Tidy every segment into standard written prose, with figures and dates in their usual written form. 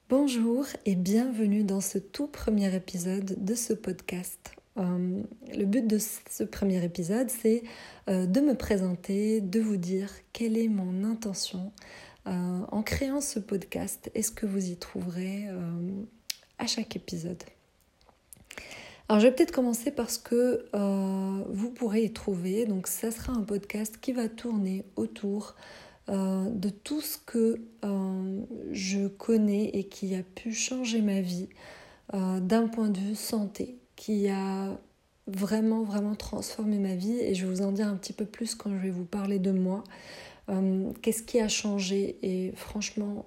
Bonjour et bienvenue dans ce tout premier épisode de ce podcast. Le but de ce premier épisode, c'est de me présenter, de vous dire quelle est mon intention en créant ce podcast et ce que vous y trouverez à chaque épisode. Alors je vais peut-être commencer par ce que vous pourrez y trouver. Donc ça sera un podcast qui va tourner autour de tout ce que je connais et qui a pu changer ma vie d'un point de vue santé, qui a vraiment transformé ma vie, et je vais vous en dire un petit peu plus quand je vais vous parler de moi. Qu'est-ce qui a changé? Et franchement,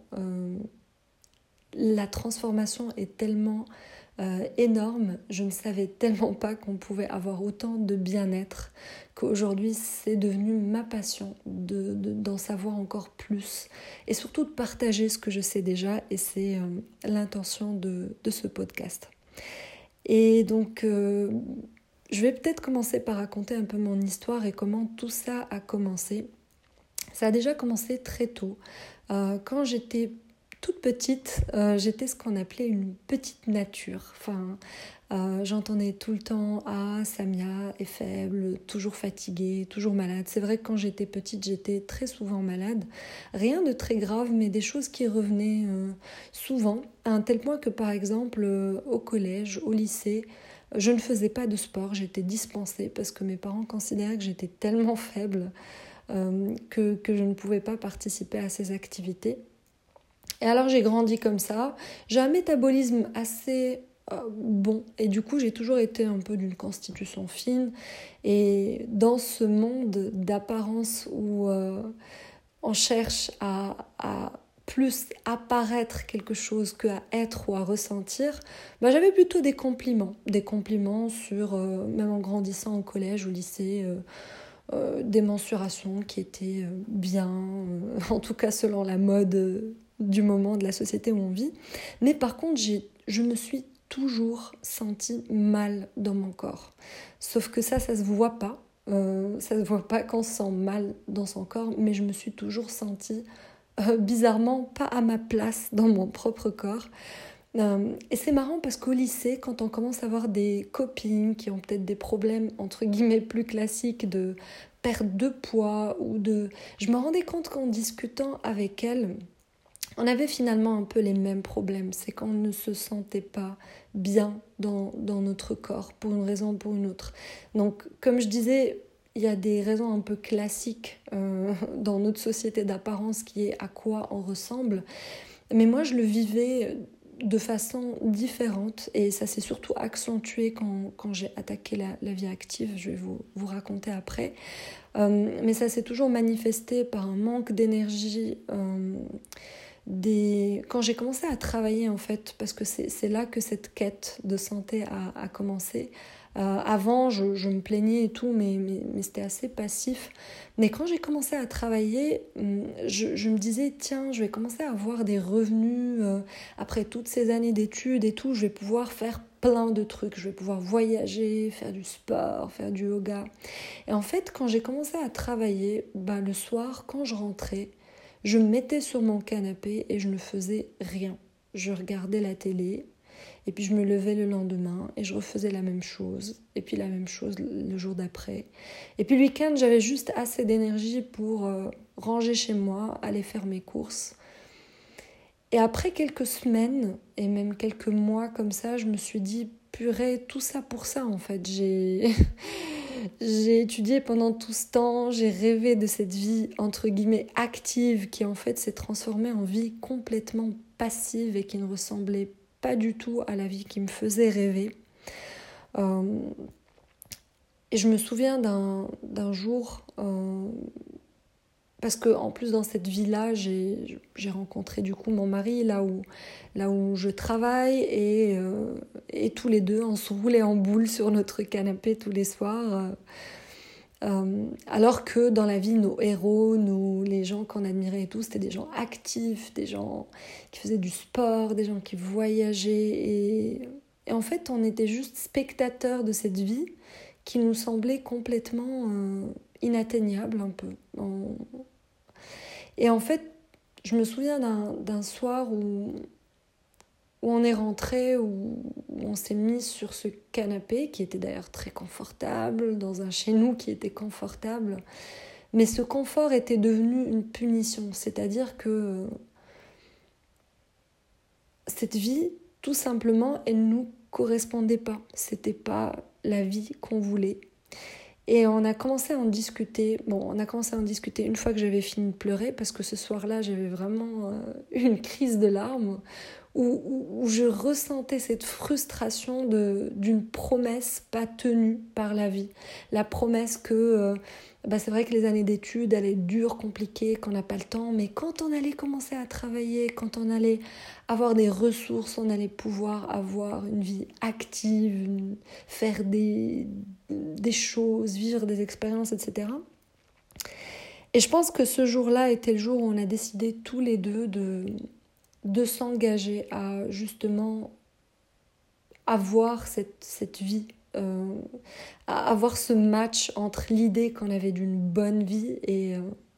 la transformation est tellement énorme. Je ne savais tellement pas qu'on pouvait avoir autant de bien-être qu'aujourd'hui c'est devenu ma passion d'en savoir encore plus et surtout de partager ce que je sais déjà, et c'est l'intention de ce podcast. Et donc je vais peut-être commencer par raconter un peu mon histoire et comment tout ça a commencé. Ça a déjà commencé très tôt. Quand j'étais toute petite, j'étais ce qu'on appelait une petite nature. J'entendais tout le temps « Ah, Samia est faible, toujours fatiguée, toujours malade ». C'est vrai que quand j'étais petite, j'étais très souvent malade. Rien de très grave, mais des choses qui revenaient souvent, à un tel point que, par exemple, au collège, au lycée, je ne faisais pas de sport, j'étais dispensée parce que mes parents considéraient que j'étais tellement faible que je ne pouvais pas participer à ces activités. Et alors j'ai grandi comme ça, j'ai un métabolisme assez bon, et du coup j'ai toujours été un peu d'une constitution fine, et dans ce monde d'apparence où on cherche à plus apparaître quelque chose qu'à être ou à ressentir, j'avais plutôt des compliments sur, même en grandissant au collège, au lycée, des mensurations qui étaient bien, en tout cas selon la mode du moment, de la société où on vit. Mais par contre, je me suis toujours sentie mal dans mon corps. Sauf que ça se voit pas. Ça se voit pas qu'on se sent mal dans son corps, mais je me suis toujours sentie bizarrement pas à ma place dans mon propre corps. Et c'est marrant parce qu'au lycée, quand on commence à avoir des copines qui ont peut-être des problèmes entre guillemets plus classiques de perte de poids je me rendais compte qu'en discutant avec elles, on avait finalement un peu les mêmes problèmes. C'est qu'on ne se sentait pas bien dans notre corps pour une raison ou pour une autre. Donc comme je disais, il y a des raisons un peu classiques dans notre société d'apparence qui est à quoi on ressemble. Mais moi je le vivais de façon différente, et ça s'est surtout accentué quand j'ai attaqué la vie active. Je vais vous raconter après. Mais ça s'est toujours manifesté par un manque d'énergie. Quand j'ai commencé à travailler, en fait, parce que c'est là que cette quête de santé a commencé. Avant, je me plaignais et tout, mais c'était assez passif. Mais quand j'ai commencé à travailler, je me disais, tiens, je vais commencer à avoir des revenus après toutes ces années d'études et tout. Je vais pouvoir faire plein de trucs. Je vais pouvoir voyager, faire du sport, faire du yoga. Et en fait, quand j'ai commencé à travailler, le soir, quand je rentrais, je me mettais sur mon canapé et je ne faisais rien. Je regardais la télé. Et puis je me levais le lendemain et je refaisais la même chose. Et puis la même chose le jour d'après. Et puis le week-end, j'avais juste assez d'énergie pour ranger chez moi, aller faire mes courses. Et après quelques semaines, et même quelques mois comme ça, je me suis dit, purée, tout ça pour ça en fait. J'ai étudié pendant tout ce temps, j'ai rêvé de cette vie entre guillemets active qui en fait s'est transformée en vie complètement passive et qui ne ressemblait pas du tout à la vie qui me faisait rêver. Et je me souviens d'un jour, parce qu'en plus dans cette vie-là, j'ai rencontré du coup mon mari là où je travaille, et tous les deux on se roulait en boule sur notre canapé tous les soirs. Alors que dans la vie, nos héros, les gens qu'on admirait et tout, c'était des gens actifs, des gens qui faisaient du sport, des gens qui voyageaient. Et en fait, on était juste spectateurs de cette vie qui nous semblait complètement inatteignable un peu. Et en fait, je me souviens d'un soir où où on est rentré, où on s'est mis sur ce canapé, qui était d'ailleurs très confortable, dans un chez nous qui était confortable. Mais ce confort était devenu une punition, c'est-à-dire que cette vie, tout simplement, elle ne nous correspondait pas. C'était pas la vie qu'on voulait. Et on a commencé à en discuter. On a commencé à en discuter une fois que j'avais fini de pleurer, parce que ce soir-là, j'avais vraiment une crise de larmes, où je ressentais cette frustration d'une promesse pas tenue par la vie. La promesse que c'est vrai que les années d'études allaient être dures, compliquées, qu'on n'a pas le temps, mais quand on allait commencer à travailler, quand on allait avoir des ressources, on allait pouvoir avoir une vie active, faire des choses, vivre des expériences, etc. Et je pense que ce jour-là était le jour où on a décidé tous les deux de s'engager à justement avoir cette vie, à avoir ce match entre l'idée qu'on avait d'une bonne vie et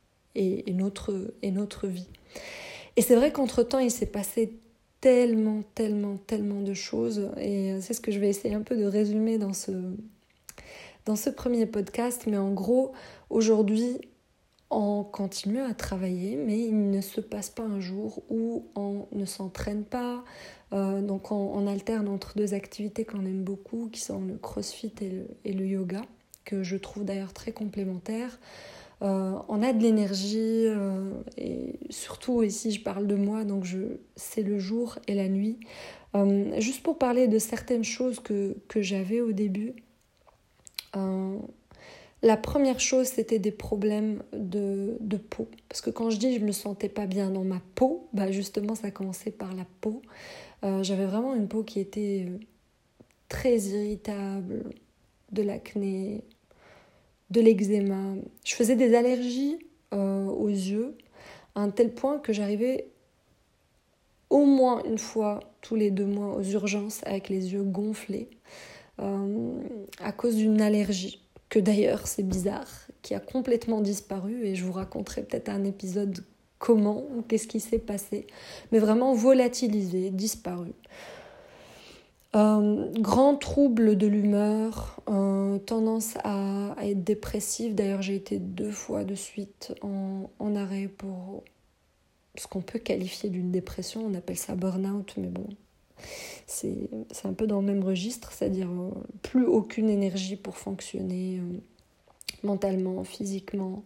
notre vie. Et c'est vrai qu'entre-temps, il s'est passé tellement de choses, et c'est ce que je vais essayer un peu de résumer dans ce premier podcast. Mais en gros, aujourd'hui, on continue à travailler, mais il ne se passe pas un jour où on ne s'entraîne pas. Donc on alterne entre deux activités qu'on aime beaucoup, qui sont le crossfit et le yoga, que je trouve d'ailleurs très complémentaires. On a de l'énergie, et surtout ici je parle de moi, donc c'est le jour et la nuit. Juste pour parler de certaines choses que j'avais au début. La première chose, c'était des problèmes de peau. Parce que quand je dis que je me sentais pas bien dans ma peau, justement ça commençait par la peau. J'avais vraiment une peau qui était très irritable, de l'acné, de l'eczéma. Je faisais des allergies aux yeux, à un tel point que j'arrivais au moins une fois tous les 2 mois aux urgences avec les yeux gonflés à cause d'une allergie. Que d'ailleurs, c'est bizarre, qui a complètement disparu, et je vous raconterai peut-être un épisode comment ou qu'est-ce qui s'est passé, mais vraiment volatilisé, disparu. Grand trouble de l'humeur, tendance à être dépressive. D'ailleurs, j'ai été 2 fois de suite en arrêt pour ce qu'on peut qualifier d'une dépression. On appelle ça burn-out, mais bon, c'est un peu dans le même registre, c'est-à-dire plus aucune énergie pour fonctionner mentalement, physiquement.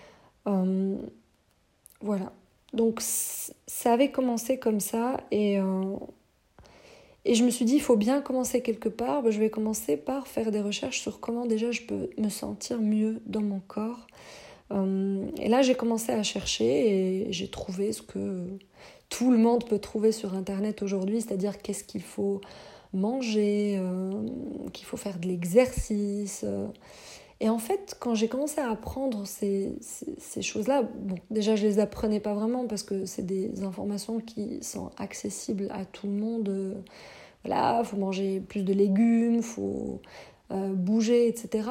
Voilà. Donc ça avait commencé comme ça, et je me suis dit, il faut bien commencer quelque part. Je vais commencer par faire des recherches sur comment déjà je peux me sentir mieux dans mon corps. Et là, j'ai commencé à chercher, et j'ai trouvé ce que tout le monde peut trouver sur Internet aujourd'hui, c'est-à-dire qu'est-ce qu'il faut manger, qu'il faut faire de l'exercice. Et en fait, quand j'ai commencé à apprendre ces choses-là, déjà je les apprenais pas vraiment parce que c'est des informations qui sont accessibles à tout le monde. Voilà, faut manger plus de légumes, faut bouger, etc.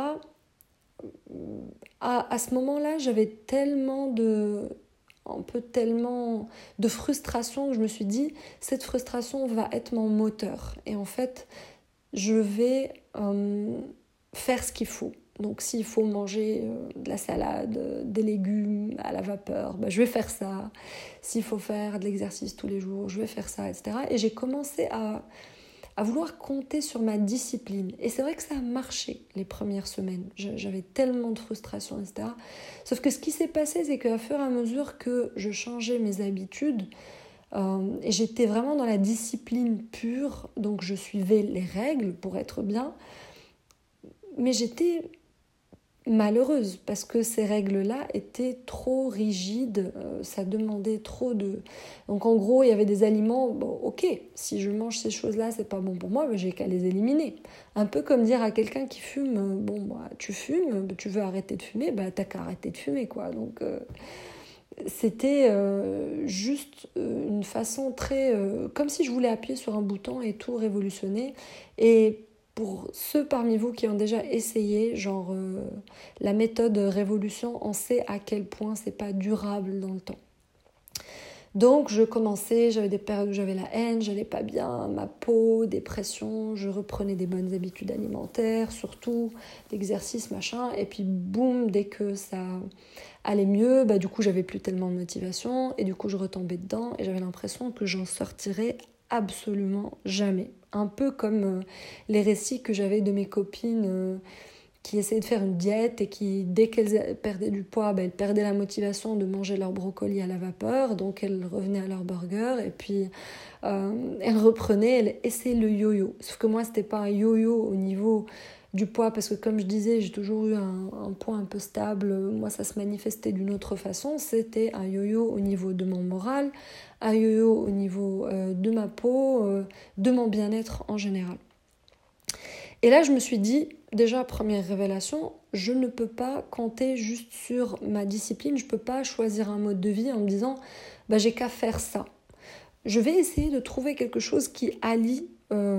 À ce moment-là, j'avais tellement de frustration que je me suis dit, cette frustration va être mon moteur. Et en fait, je vais faire ce qu'il faut. Donc s'il faut manger de la salade, des légumes à la vapeur, je vais faire ça. S'il faut faire de l'exercice tous les jours, je vais faire ça, etc. Et j'ai commencé à vouloir compter sur ma discipline. Et c'est vrai que ça a marché les premières semaines. J'avais tellement de frustration, etc. Sauf que ce qui s'est passé, c'est qu'à fur et à mesure que je changeais mes habitudes, et j'étais vraiment dans la discipline pure, donc je suivais les règles pour être bien, mais j'étais malheureuse parce que ces règles-là étaient trop rigides, ça demandait trop de... Donc en gros, il y avait des aliments, ok, si je mange ces choses-là, c'est pas bon pour moi, j'ai qu'à les éliminer. Un peu comme dire à quelqu'un qui fume, tu fumes, tu veux arrêter de fumer, t'as qu'à arrêter de fumer, quoi. Donc c'était juste une façon très... comme si je voulais appuyer sur un bouton et tout révolutionner. Et pour ceux parmi vous qui ont déjà essayé, la méthode révolution, on sait à quel point c'est pas durable dans le temps. Donc j'avais des périodes où j'avais la haine, j'allais pas bien, ma peau, dépression, je reprenais des bonnes habitudes alimentaires, surtout l'exercice, machin, et puis boum, dès que ça allait mieux, du coup j'avais plus tellement de motivation, et du coup je retombais dedans, et j'avais l'impression que j'en sortirais absolument jamais. Un peu comme les récits que j'avais de mes copines qui essayaient de faire une diète et qui, dès qu'elles perdaient du poids, elles perdaient la motivation de manger leur brocoli à la vapeur, donc elles revenaient à leur burger et puis elles reprenaient, elles essayaient le yo-yo. Sauf que moi, c'était pas un yo-yo au niveau du poids, parce que comme je disais, j'ai toujours eu un poids un peu stable. Moi, ça se manifestait d'une autre façon. C'était un yo-yo au niveau de mon moral, un yo-yo au niveau de ma peau, de mon bien-être en général. Et là, je me suis dit, déjà, première révélation, je ne peux pas compter juste sur ma discipline, je ne peux pas choisir un mode de vie en me disant, j'ai qu'à faire ça. Je vais essayer de trouver quelque chose qui allie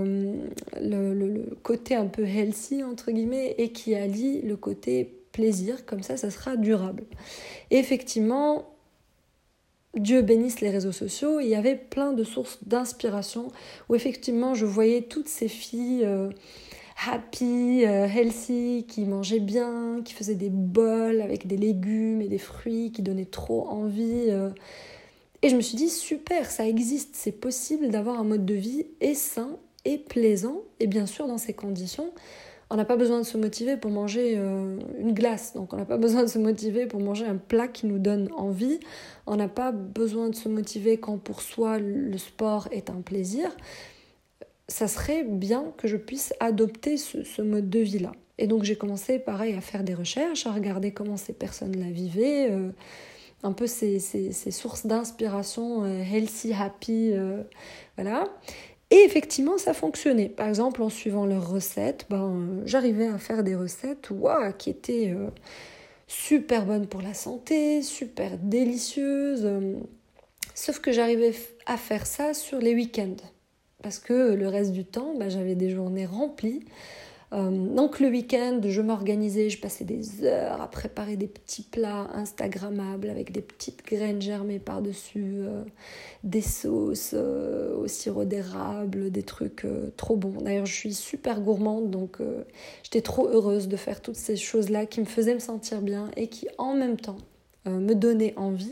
le côté un peu healthy, entre guillemets, et qui allie le côté plaisir, comme ça sera durable. Et effectivement, Dieu bénisse les réseaux sociaux, il y avait plein de sources d'inspiration, où effectivement, je voyais toutes ces filles happy, healthy, qui mangeaient bien, qui faisaient des bols avec des légumes et des fruits, qui donnaient trop envie. Et je me suis dit, super, ça existe, c'est possible d'avoir un mode de vie et sain et plaisant. Et bien sûr, dans ces conditions, on n'a pas besoin de se motiver pour manger une glace. Donc on n'a pas besoin de se motiver pour manger un plat qui nous donne envie. On n'a pas besoin de se motiver quand pour soi le sport est un plaisir. Ça serait bien que je puisse adopter ce mode de vie-là. Et donc j'ai commencé, pareil, à faire des recherches, à regarder comment ces personnes la vivaient, un peu ces sources d'inspiration healthy, happy, voilà. Et effectivement, ça fonctionnait. Par exemple, en suivant leurs recettes, j'arrivais à faire des recettes qui étaient super bonnes pour la santé, super délicieuses. Sauf que j'arrivais à faire ça sur les week-ends. Parce que le reste du temps, j'avais des journées remplies. Donc le week-end, je m'organisais, je passais des heures à préparer des petits plats instagrammables avec des petites graines germées par-dessus, des sauces au sirop d'érable, des trucs trop bons. D'ailleurs, je suis super gourmande, donc j'étais trop heureuse de faire toutes ces choses-là qui me faisaient me sentir bien et qui, en même temps, me donnaient envie.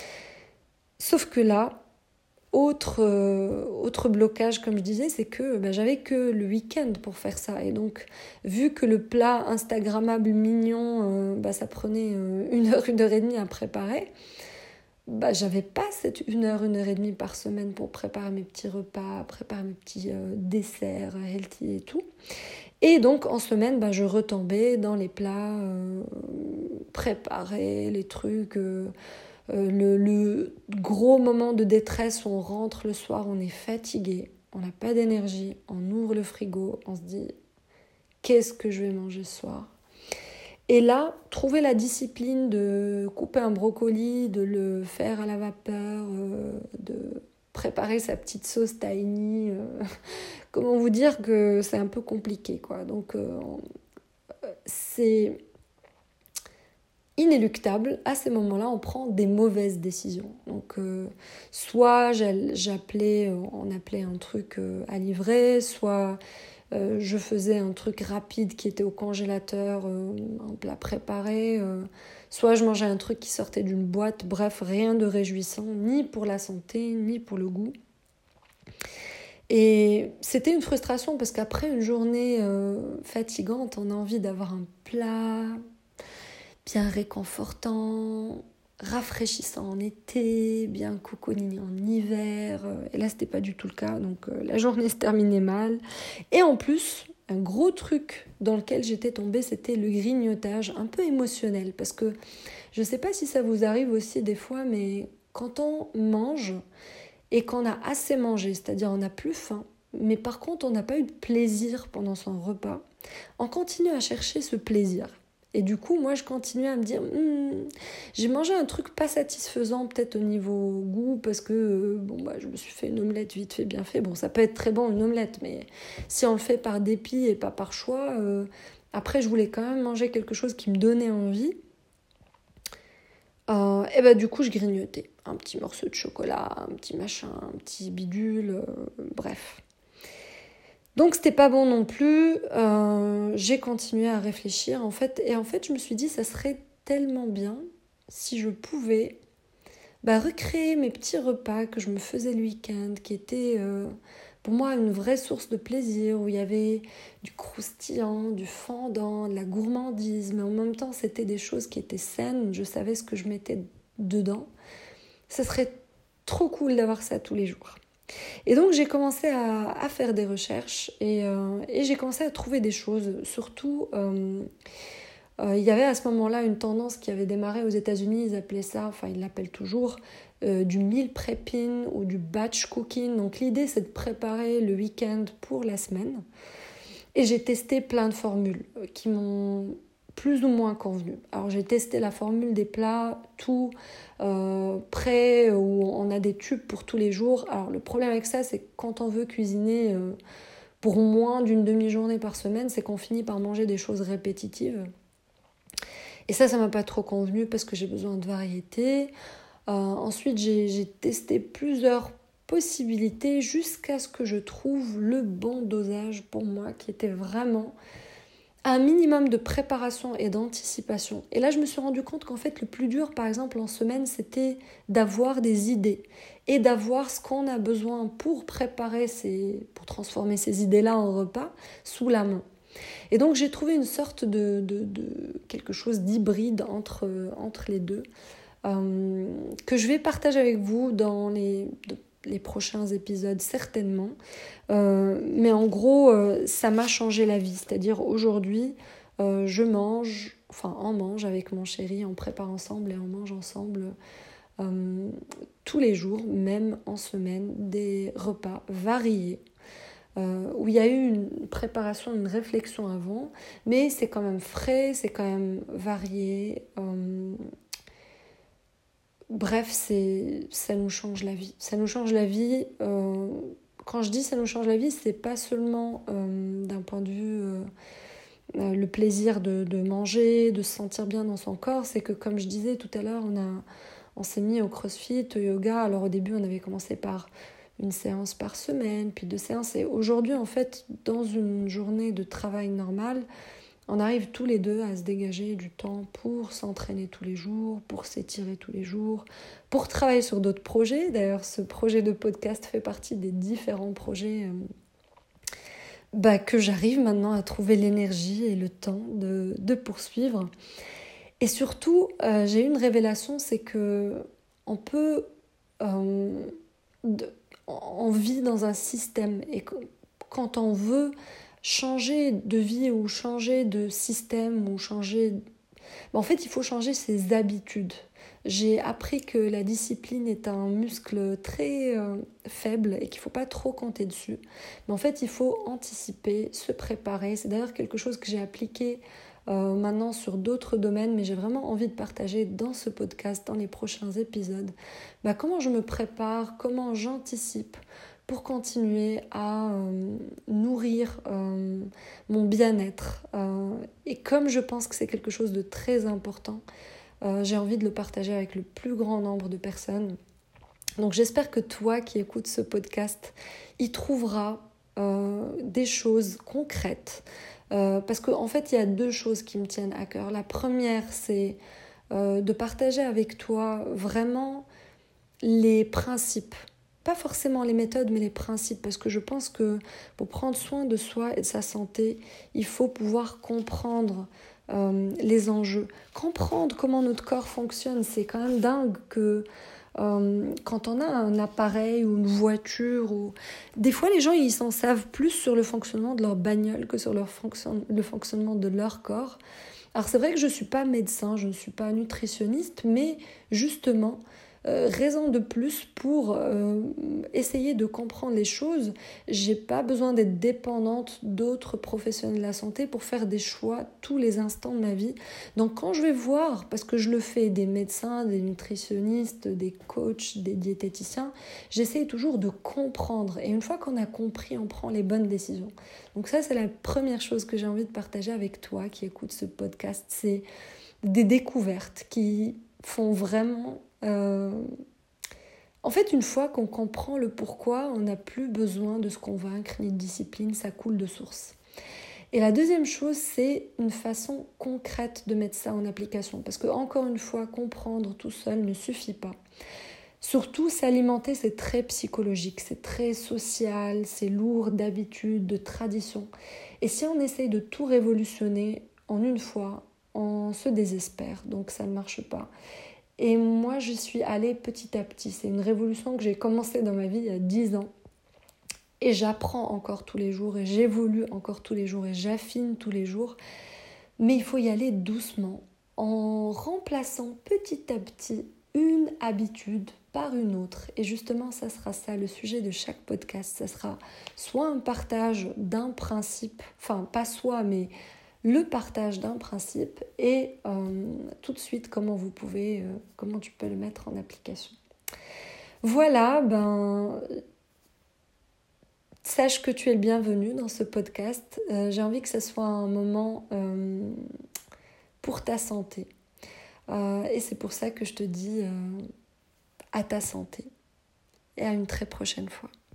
Sauf que là, autre blocage, comme je disais, c'est que j'avais que le week-end pour faire ça. Et donc, vu que le plat instagrammable mignon, ça prenait 1 heure et demie à préparer, j'avais pas cette 1 heure et demie par semaine pour préparer mes petits repas, préparer mes petits desserts healthy et tout. Et donc, en semaine, je retombais dans les plats préparés, les trucs... le gros moment de détresse où on rentre le soir, on est fatigué, on n'a pas d'énergie, on ouvre le frigo, on se dit qu'est-ce que je vais manger ce soir. Et là, trouver la discipline de couper un brocoli, de le faire à la vapeur, de préparer sa petite sauce tahini, comment vous dire que c'est un peu compliqué, quoi. Donc c'est inéluctable, à ces moments-là, on prend des mauvaises décisions. Donc, soit on appelait un truc à livrer, soit je faisais un truc rapide qui était au congélateur, un plat préparé, soit je mangeais un truc qui sortait d'une boîte. Bref, rien de réjouissant, ni pour la santé, ni pour le goût. Et c'était une frustration parce qu'après une journée fatigante, on a envie d'avoir un plat bien réconfortant, rafraîchissant en été, bien cocooning en hiver. Et là, c'était pas du tout le cas. Donc, la journée se terminait mal. Et en plus, un gros truc dans lequel j'étais tombée, c'était le grignotage un peu émotionnel. Parce que je sais pas si ça vous arrive aussi des fois, mais quand on mange et qu'on a assez mangé, c'est-à-dire on n'a plus faim, mais par contre, on n'a pas eu de plaisir pendant son repas, on continue à chercher ce plaisir. Et du coup, moi, je continuais à me dire, j'ai mangé un truc pas satisfaisant, peut-être au niveau goût, parce que je me suis fait une omelette vite fait, bien fait. Bon, ça peut être très bon, une omelette, mais si on le fait par dépit et pas par choix, après, je voulais quand même manger quelque chose qui me donnait envie. Et du coup, je grignotais un petit morceau de chocolat, un petit machin, un petit bidule, bref. Donc, c'était pas bon non plus. J'ai continué à réfléchir, en fait. Et en fait, je me suis dit, ça serait tellement bien si je pouvais recréer mes petits repas que je me faisais le week-end, qui étaient pour moi une vraie source de plaisir, où il y avait du croustillant, du fondant, de la gourmandise, mais en même temps c'était des choses qui étaient saines, je savais ce que je mettais dedans. Ça serait trop cool d'avoir ça tous les jours. Et donc j'ai commencé à faire des recherches et j'ai commencé à trouver des choses, surtout... il y avait à ce moment-là une tendance qui avait démarré aux États-Unis, ils appelaient ça, enfin ils l'appellent toujours, du meal prepping ou du batch cooking. Donc l'idée c'est de préparer le week-end pour la semaine. Et j'ai testé plein de formules qui m'ont plus ou moins convenu. Alors j'ai testé la formule des plats tout prêts, où on a des tubes pour tous les jours. Alors le problème avec ça, c'est que quand on veut cuisiner pour moins d'une demi-journée par semaine, c'est qu'on finit par manger des choses répétitives. Et ça m'a pas trop convenu parce que j'ai besoin de variété. Ensuite, j'ai testé plusieurs possibilités jusqu'à ce que je trouve le bon dosage pour moi, qui était vraiment un minimum de préparation et d'anticipation. Et là, je me suis rendu compte qu'en fait, le plus dur, par exemple, en semaine, c'était d'avoir des idées et d'avoir ce qu'on a besoin pour pour transformer ces idées-là en repas sous la main. Et donc j'ai trouvé une sorte de quelque chose d'hybride entre les deux, que je vais partager avec vous dans les prochains épisodes certainement. Mais en gros, ça m'a changé la vie. C'est-à-dire aujourd'hui, on mange avec mon chéri, on prépare ensemble et on mange ensemble tous les jours, même en semaine, des repas variés. Où il y a eu une préparation, une réflexion avant, mais c'est quand même frais, c'est quand même varié. Bref, ça nous change la vie. Ça nous change la vie. Quand je dis ça nous change la vie, c'est pas seulement d'un point de vue le plaisir de manger, de se sentir bien dans son corps. C'est que, comme je disais tout à l'heure, on s'est mis au crossfit, au yoga. Alors au début, on avait commencé par une séance par semaine, puis 2 séances. Et aujourd'hui, en fait, dans une journée de travail normale, on arrive tous les deux à se dégager du temps pour s'entraîner tous les jours, pour s'étirer tous les jours, pour travailler sur d'autres projets. D'ailleurs, ce projet de podcast fait partie des différents projets que j'arrive maintenant à trouver l'énergie et le temps de poursuivre. Et surtout, j'ai eu une révélation, c'est que on vit dans un système, et quand on veut changer de vie ou changer de système ou en fait il faut changer ses habitudes. J'ai appris que la discipline est un muscle très faible et qu'il ne faut pas trop compter dessus. Mais en fait il faut anticiper, se préparer. C'est d'ailleurs quelque chose que j'ai appliqué maintenant sur d'autres domaines, mais j'ai vraiment envie de partager dans ce podcast, dans les prochains épisodes, comment je me prépare, comment j'anticipe pour continuer à nourrir mon bien-être. Et comme je pense que c'est quelque chose de très important, j'ai envie de le partager avec le plus grand nombre de personnes. Donc j'espère que toi qui écoutes ce podcast, y trouveras des choses concrètes. Parce qu'en fait, il y a 2 choses qui me tiennent à cœur. La première, c'est de partager avec toi vraiment les principes. Pas forcément les méthodes, mais les principes. Parce que je pense que pour prendre soin de soi et de sa santé, il faut pouvoir comprendre les enjeux. Comprendre comment notre corps fonctionne. C'est quand même dingue que quand on a un appareil ou une voiture, des fois les gens ils s'en savent plus sur le fonctionnement de leur bagnole que sur le fonctionnement de leur corps. Alors c'est vrai que je ne suis pas médecin, je ne suis pas nutritionniste, mais justement raison de plus pour essayer de comprendre les choses. J'ai pas besoin d'être dépendante d'autres professionnels de la santé pour faire des choix tous les instants de ma vie. Donc quand je vais voir, parce que je le fais, des médecins, des nutritionnistes, des coachs, des diététiciens, j'essaie toujours de comprendre. Et une fois qu'on a compris, on prend les bonnes décisions. Donc ça, c'est la première chose que j'ai envie de partager avec toi qui écoute ce podcast. C'est des découvertes qui font vraiment... En fait, une fois qu'on comprend le pourquoi, on n'a plus besoin de se convaincre ni de discipline, ça coule de source. Et la deuxième chose, c'est une façon concrète de mettre ça en application. Parce que, encore une fois, comprendre tout seul ne suffit pas. Surtout, s'alimenter, c'est très psychologique, c'est très social, c'est lourd d'habitudes, de traditions. Et si on essaye de tout révolutionner en une fois, on se désespère, donc ça ne marche pas. Et moi, je suis allée petit à petit. C'est une révolution que j'ai commencée dans ma vie il y a 10 ans. Et j'apprends encore tous les jours, et j'évolue encore tous les jours, et j'affine tous les jours. Mais il faut y aller doucement, en remplaçant petit à petit une habitude par une autre. Et justement, ça sera ça, le sujet de chaque podcast. Ça sera soit un partage d'un principe, enfin pas soit, mais le partage d'un principe, et tout de suite comment tu peux le mettre en application. Voilà, sache que tu es le bienvenu dans ce podcast. J'ai envie que ce soit un moment pour ta santé. Et c'est pour ça que je te dis à ta santé. Et à une très prochaine fois.